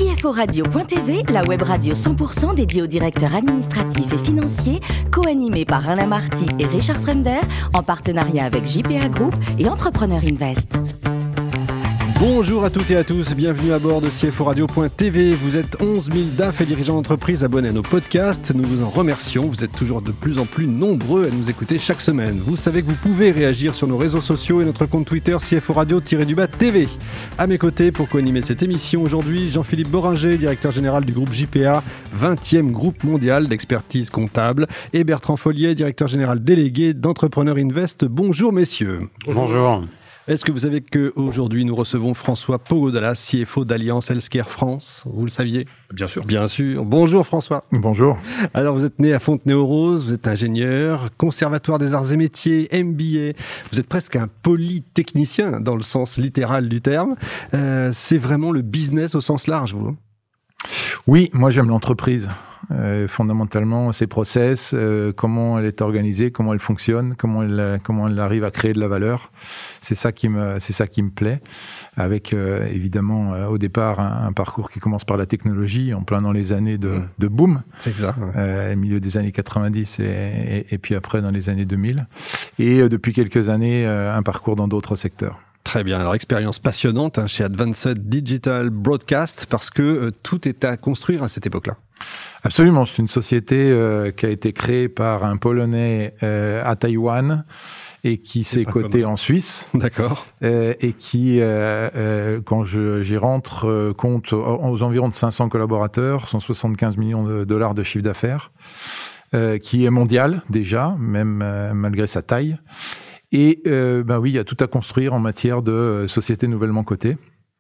CFORadio.tv, la web radio 100% dédiée aux directeurs administratifs et financiers, co-animée par Alain Marty et Richard Fremder, en partenariat avec JPA Group et Entrepreneur Invest. Bonjour à toutes et à tous, bienvenue à bord de CFORadio.tv. Vous êtes 11 000 DAF et dirigeants d'entreprise abonnés à nos podcasts. Nous vous en remercions. Vous êtes toujours de plus en plus nombreux à nous écouter chaque semaine. Vous savez que vous pouvez réagir sur nos réseaux sociaux et notre compte Twitter CFORadio-TV. À mes côtés, pour co-animer cette émission aujourd'hui, Jean-Philippe Boringer, directeur général du groupe JPA, 20e groupe mondial d'expertise comptable, et Bertrand Folliet, directeur général délégué d'Entrepreneur Invest. Bonjour messieurs. Bonjour. Est-ce que vous savez qu'aujourd'hui nous recevons François Pogodalas, CFO d'Alliance Healthcare France? Vous le saviez? Bien sûr. Bien sûr. Bonjour François. Bonjour. Alors vous êtes né à Fontenay-aux-Roses, vous êtes ingénieur, conservatoire des arts et métiers, MBA. Vous êtes presque un polytechnicien dans le sens littéral du terme. C'est vraiment le business au sens large, vous? Oui, moi j'aime l'entreprise. Fondamentalement, ses process, comment elle est organisée, comment elle fonctionne, comment elle arrive à créer de la valeur. C'est ça qui me plaît. Avec évidemment au départ un parcours qui commence par la technologie, en plein dans les années de boom. C'est ça. Ouais. Milieu des années 90 et puis après dans les années 2000. Et depuis quelques années, un parcours dans d'autres secteurs. Très bien. Alors, expérience passionnante chez Advanced Digital Broadcast parce que tout est à construire à cette époque-là. Absolument. C'est une société qui a été créée par un Polonais à Taïwan et qui s'est cotée en Suisse. D'accord. Et qui, quand j'y rentre, compte aux environs de 500 collaborateurs, 175 millions de dollars de chiffre d'affaires, qui est mondial déjà, même malgré sa taille. Et oui, il y a tout à construire en matière de société nouvellement cotée.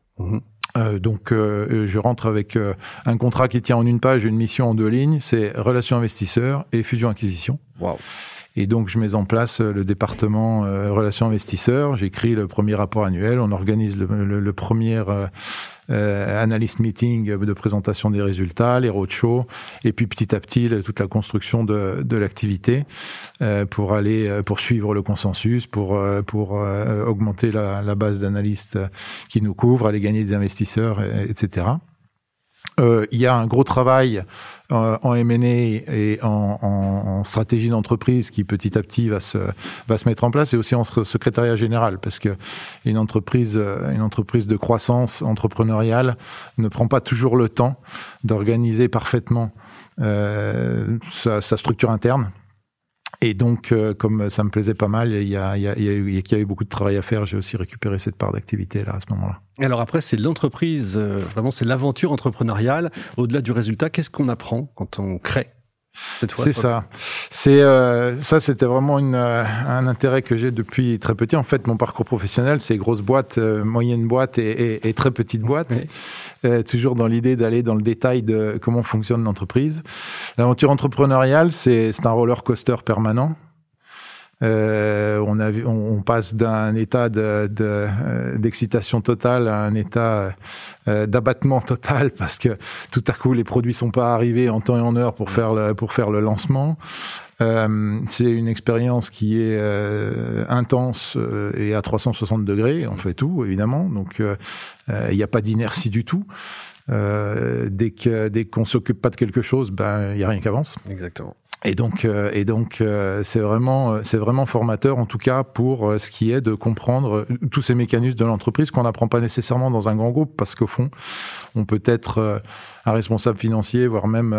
Donc, je rentre avec un contrat qui tient en une page, une mission en 2 lignes, c'est relations investisseurs et fusion-acquisition. Wow. Et donc, je mets en place le département relations investisseurs. J'écris le premier rapport annuel. On organise le premier analyst meeting de présentation des résultats, les roadshows, et puis petit à petit toute la construction de l'activité pour aller poursuivre le consensus, pour augmenter la base d'analystes qui nous couvre, aller gagner des investisseurs, etc. Il y a un gros travail en M&A et en stratégie d'entreprise qui petit à petit va se mettre en place, et aussi en secrétariat général, parce que une entreprise de croissance entrepreneuriale ne prend pas toujours le temps d'organiser parfaitement sa structure interne. Et donc, comme ça me plaisait pas mal, il y a eu beaucoup de travail à faire. J'ai aussi récupéré cette part d'activité là à ce moment-là. Alors après, c'est l'entreprise, vraiment, c'est l'aventure entrepreneuriale. Au-delà du résultat, qu'est-ce qu'on apprend quand on crée cette fois? C'est ça. Ça, c'était vraiment un intérêt que j'ai depuis très petit. En fait, mon parcours professionnel, c'est grosse boîte, moyenne boîte et très petite boîte. Oui. Toujours dans l'idée d'aller dans le détail de comment fonctionne l'entreprise. L'aventure entrepreneuriale, c'est un roller coaster permanent. On passe d'un état d'excitation totale à un état d'abattement total parce que tout à coup les produits sont pas arrivés en temps et en heure pour faire le lancement. C'est une expérience qui est intense et à 360 degrés. On fait tout évidemment, donc il n'y a pas d'inertie du tout. Dès qu'on s'occupe pas de quelque chose, il y a rien qui avance. Exactement. Et donc, c'est vraiment formateur, en tout cas, pour ce qui est de comprendre tous ces mécanismes de l'entreprise qu'on n'apprend pas nécessairement dans un grand groupe, parce qu'au fond, on peut être un responsable financier, voire même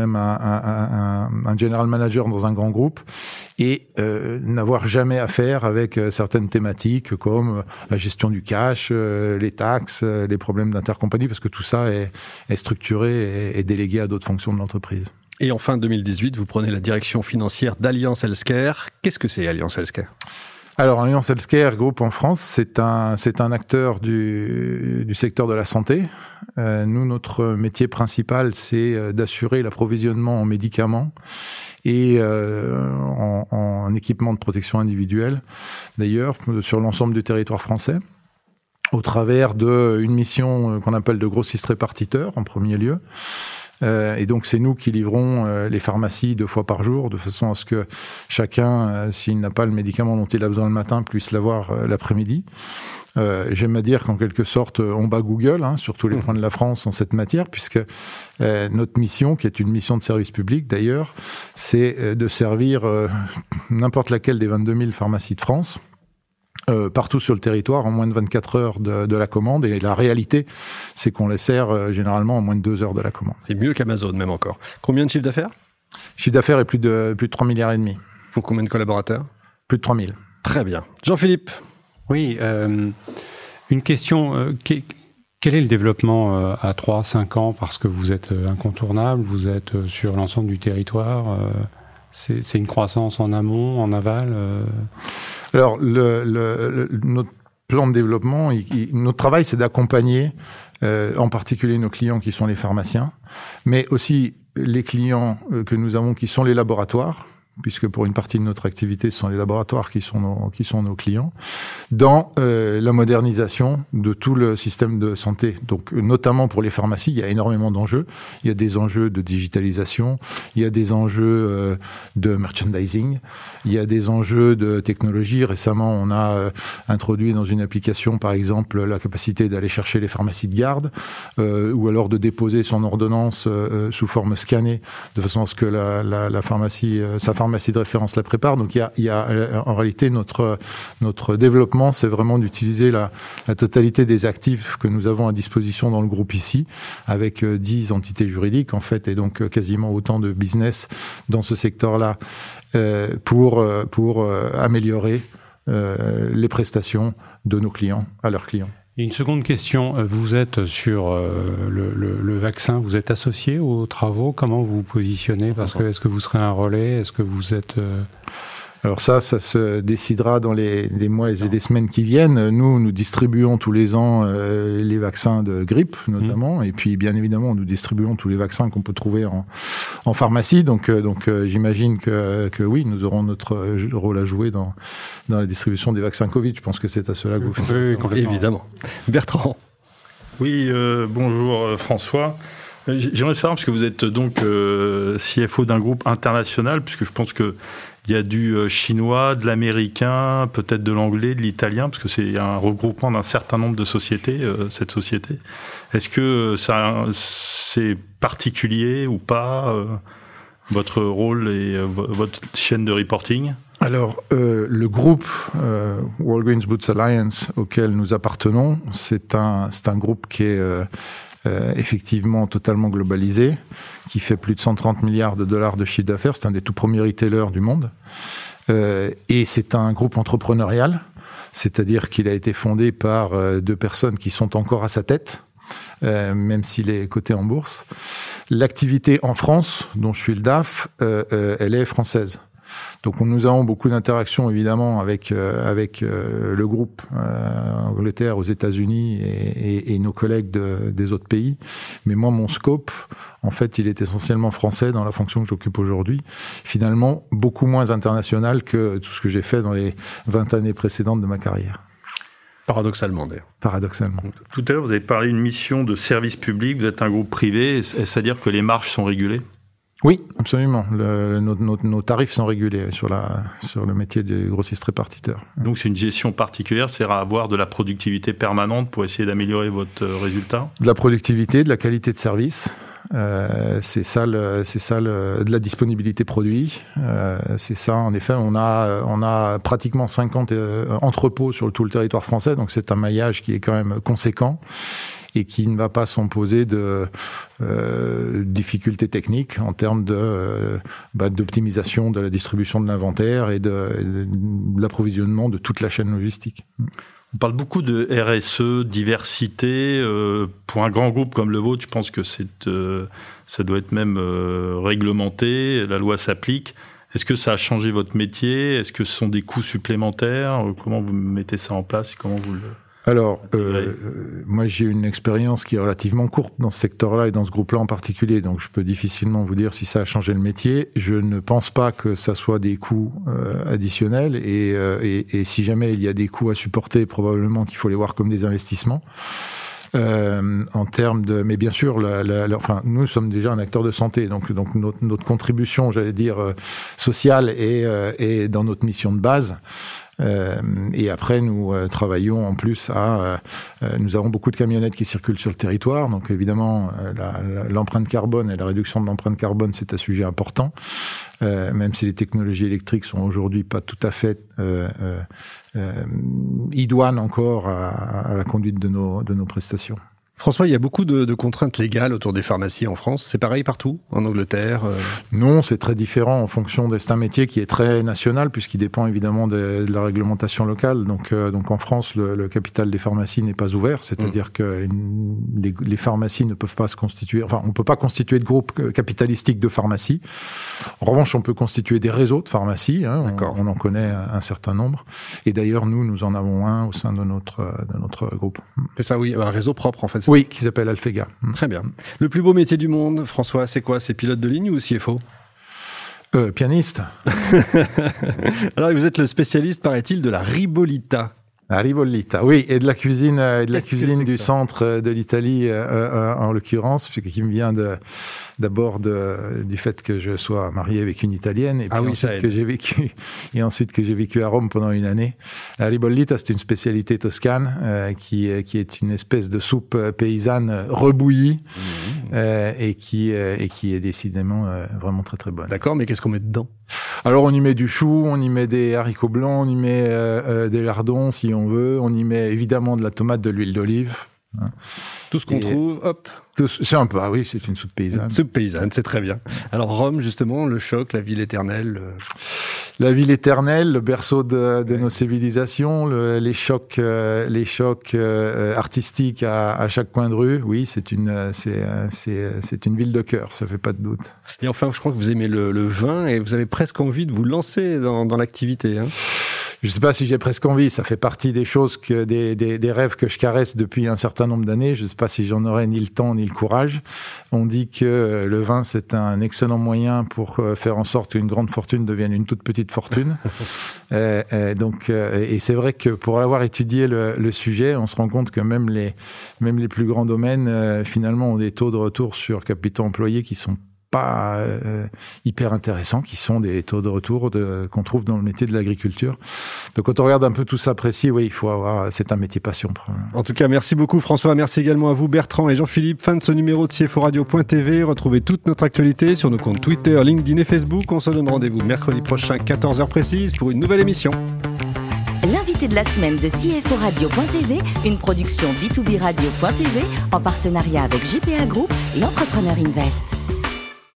un general manager dans un grand groupe, et n'avoir jamais affaire avec certaines thématiques comme la gestion du cash, les taxes, les problèmes d'intercompagnie, parce que tout ça est structuré et délégué à d'autres fonctions de l'entreprise. Et en fin 2018, vous prenez la direction financière d'Alliance Healthcare. Qu'est-ce que c'est Alliance Healthcare? Alors, Alliance Healthcare Group en France, c'est un acteur du secteur de la santé. Nous, notre métier principal, c'est d'assurer l'approvisionnement en médicaments et en équipement de protection individuelle, d'ailleurs, sur l'ensemble du territoire français. au travers d'une mission qu'on appelle de grossiste-répartiteur en premier lieu. Et donc c'est nous qui livrons les pharmacies 2 fois par jour, de façon à ce que chacun, s'il n'a pas le médicament dont il a besoin le matin, puisse l'avoir l'après-midi. J'aime à dire qu'en quelque sorte, on bat Google sur tous les points de la France en cette matière, puisque notre mission, qui est une mission de service public d'ailleurs, c'est de servir n'importe laquelle des 22 000 pharmacies de France, partout sur le territoire en moins de 24 heures de la commande. Et la réalité, c'est qu'on les sert généralement en moins de 2 heures de la commande. C'est mieux qu'Amazon même encore. Combien de chiffre d'affaires ? Chiffre d'affaires est plus de 3,5 milliards. Pour combien de collaborateurs ? Plus de 3 000. Très bien. Jean-Philippe ? Oui, une question. Quel est le développement à 3-5 ans ? Parce que vous êtes incontournable, vous êtes sur l'ensemble du territoire. C'est une croissance en amont, en aval Alors, notre plan de développement, notre travail, c'est d'accompagner en particulier nos clients qui sont les pharmaciens, mais aussi les clients que nous avons qui sont les laboratoires, puisque pour une partie de notre activité, ce sont les laboratoires qui sont nos clients, dans la modernisation de tout le système de santé. Donc, notamment pour les pharmacies, il y a énormément d'enjeux. Il y a des enjeux de digitalisation, il y a des enjeux de merchandising, il y a des enjeux de technologie. Récemment, on a introduit dans une application, par exemple, la capacité d'aller chercher les pharmacies de garde, ou alors de déposer son ordonnance sous forme scannée, de façon à ce que la pharmacie, sa pharmacie de référence la prépare. Donc il y a en réalité notre développement, c'est vraiment d'utiliser la totalité des actifs que nous avons à disposition dans le groupe ici, avec 10 entités juridiques en fait, et donc quasiment autant de business dans ce secteur-là, pour améliorer les prestations de nos clients à leurs clients. Et une seconde question, vous êtes sur le vaccin, vous êtes associé aux travaux, comment vous vous positionnez ? Parce que est-ce que vous serez un relais ? Est-ce que vous êtes... Alors ça se décidera dans les mois et les semaines qui viennent. Nous distribuons tous les ans les vaccins de grippe, notamment, et puis bien évidemment, nous distribuons tous les vaccins qu'on peut trouver en pharmacie. Donc j'imagine que oui, nous aurons notre rôle à jouer dans la distribution des vaccins Covid. Je pense que c'est à cela que vous faites. Oui, complètement. Évidemment. Bertrand. Oui, bonjour François. J'aimerais savoir, parce que vous êtes donc CFO d'un groupe international, puisque je pense que il y a du chinois, de l'américain, peut-être de l'anglais, de l'italien, parce que c'est un regroupement d'un certain nombre de sociétés, cette société. Est-ce que c'est particulier ou pas, votre rôle et votre chaîne de reporting ? Alors, le groupe Walgreens Boots Alliance auquel nous appartenons, c'est un groupe qui est effectivement totalement globalisé, qui fait plus de 130 milliards de dollars de chiffre d'affaires. C'est un des tout premiers retailers du monde. Et c'est un groupe entrepreneurial, c'est-à-dire qu'il a été fondé par 2 personnes qui sont encore à sa tête, même s'il est coté en bourse. L'activité en France, dont je suis le DAF, elle est française. Donc nous avons beaucoup d'interactions évidemment avec le groupe Angleterre, aux États-Unis et nos collègues des autres pays. Mais moi, mon scope, en fait, il est essentiellement français dans la fonction que j'occupe aujourd'hui. Finalement, beaucoup moins international que tout ce que j'ai fait dans les 20 années précédentes de ma carrière. Paradoxalement, d'ailleurs. Paradoxalement. Tout à l'heure, vous avez parlé d'une mission de service public. Vous êtes un groupe privé. Est-ce à dire que les marges sont régulées ? Oui, absolument. Nos tarifs sont régulés sur le métier des grossistes-répartiteurs. Donc c'est une gestion particulière, c'est à avoir de la productivité permanente pour essayer d'améliorer votre résultat ? De la productivité, de la qualité de service. C'est ça de la disponibilité produit. C'est ça, en effet, on a pratiquement 50 entrepôts sur tout le territoire français, donc c'est un maillage qui est quand même conséquent et qui ne va pas s'imposer de difficultés techniques en termes d'optimisation de la distribution de l'inventaire et de l'approvisionnement de toute la chaîne logistique. On parle beaucoup de RSE, diversité. Pour un grand groupe comme le vôtre, je pense que ça doit être même réglementé, la loi s'applique. Est-ce que ça a changé votre métier ? Est-ce que ce sont des coûts supplémentaires ? Comment vous mettez ça en place ? Comment vous le... Alors, moi j'ai une expérience qui est relativement courte dans ce secteur-là et dans ce groupe-là en particulier, donc je peux difficilement vous dire si ça a changé le métier. Je ne pense pas que ça soit des coûts additionnels et si jamais il y a des coûts à supporter, probablement qu'il faut les voir comme des investissements. En termes de, mais bien sûr, enfin, nous sommes déjà un acteur de santé, donc notre contribution, j'allais dire, sociale est dans notre mission de base. Et après, nous travaillons en plus nous avons beaucoup de camionnettes qui circulent sur le territoire, donc évidemment, l'empreinte carbone et la réduction de l'empreinte carbone, c'est un sujet important, même si les technologies électriques sont aujourd'hui pas tout à fait idoines encore à la conduite de nos prestations. François, il y a beaucoup de contraintes légales autour des pharmacies en France. C'est pareil partout, en Angleterre Non, c'est très différent en fonction c'est un métier qui est très national puisqu'il dépend évidemment de la réglementation locale. Donc en France, le capital des pharmacies n'est pas ouvert, c'est-à-dire que les pharmacies ne peuvent pas se constituer. Enfin, on peut pas constituer de groupe capitalistique de pharmacies. En revanche, on peut constituer des réseaux de pharmacies. On en connaît un certain nombre. Et d'ailleurs, nous en avons un au sein de notre groupe. C'est ça, oui, un réseau propre en fait. Oui, qui s'appelle Alphega. Très bien. Le plus beau métier du monde, François, c'est quoi? C'est pilote de ligne ou CFO? Pianiste. Alors, vous êtes le spécialiste, paraît-il, de la ribollita. La ribollita, oui, et de la cuisine, du centre de l'Italie, en l'occurrence, qui me vient d'abord du fait que je sois marié avec une Italienne, et puis ensuite que j'ai vécu à Rome pendant une année. La ribollita, c'est une spécialité toscane, qui est une espèce de soupe paysanne rebouillie, et qui est décidément vraiment très très bonne. D'accord, mais qu'est-ce qu'on met dedans? Alors on y met du chou, on y met des haricots blancs, on y met des lardons si on veut, on y met évidemment de la tomate, de l'huile d'olive. Tout ce qu'on trouve, hop. C'est un peu, oui, c'est une soupe paysanne. Une soupe paysanne, c'est très bien. Alors Rome, justement, le choc, la ville éternelle. La ville éternelle, le berceau de nos civilisations, les chocs artistiques à chaque coin de rue. Oui, c'est une ville de cœur, ça fait pas de doute. Et enfin, je crois que vous aimez le vin et vous avez presque envie de vous lancer dans l'activité. Je sais pas si j'ai presque envie, ça fait partie des choses des rêves que je caresse depuis un certain nombre d'années. Je sais pas si j'en aurai ni le temps ni le courage. On dit que le vin, c'est un excellent moyen pour faire en sorte qu'une grande fortune devienne une toute petite fortune. Et c'est vrai que pour avoir étudié le sujet, on se rend compte que même les plus grands domaines, finalement, ont des taux de retour sur capitaux employés qui sont pas hyper intéressants, qui sont des taux de retour qu'on trouve dans le métier de l'agriculture. Donc quand on regarde un peu tout ça précis, oui, c'est un métier passion. En tout cas, merci beaucoup François, merci également à vous Bertrand et Jean-Philippe. Fin de ce numéro de CFO-Radio.tv. Retrouvez toute notre actualité sur nos comptes Twitter, LinkedIn et Facebook. On se donne rendez-vous mercredi prochain, 14h précise, pour une nouvelle émission. L'invité de la semaine de CFO-Radio.tv, une production B2B Radio.tv en partenariat avec JPA Group et Entrepreneur Invest.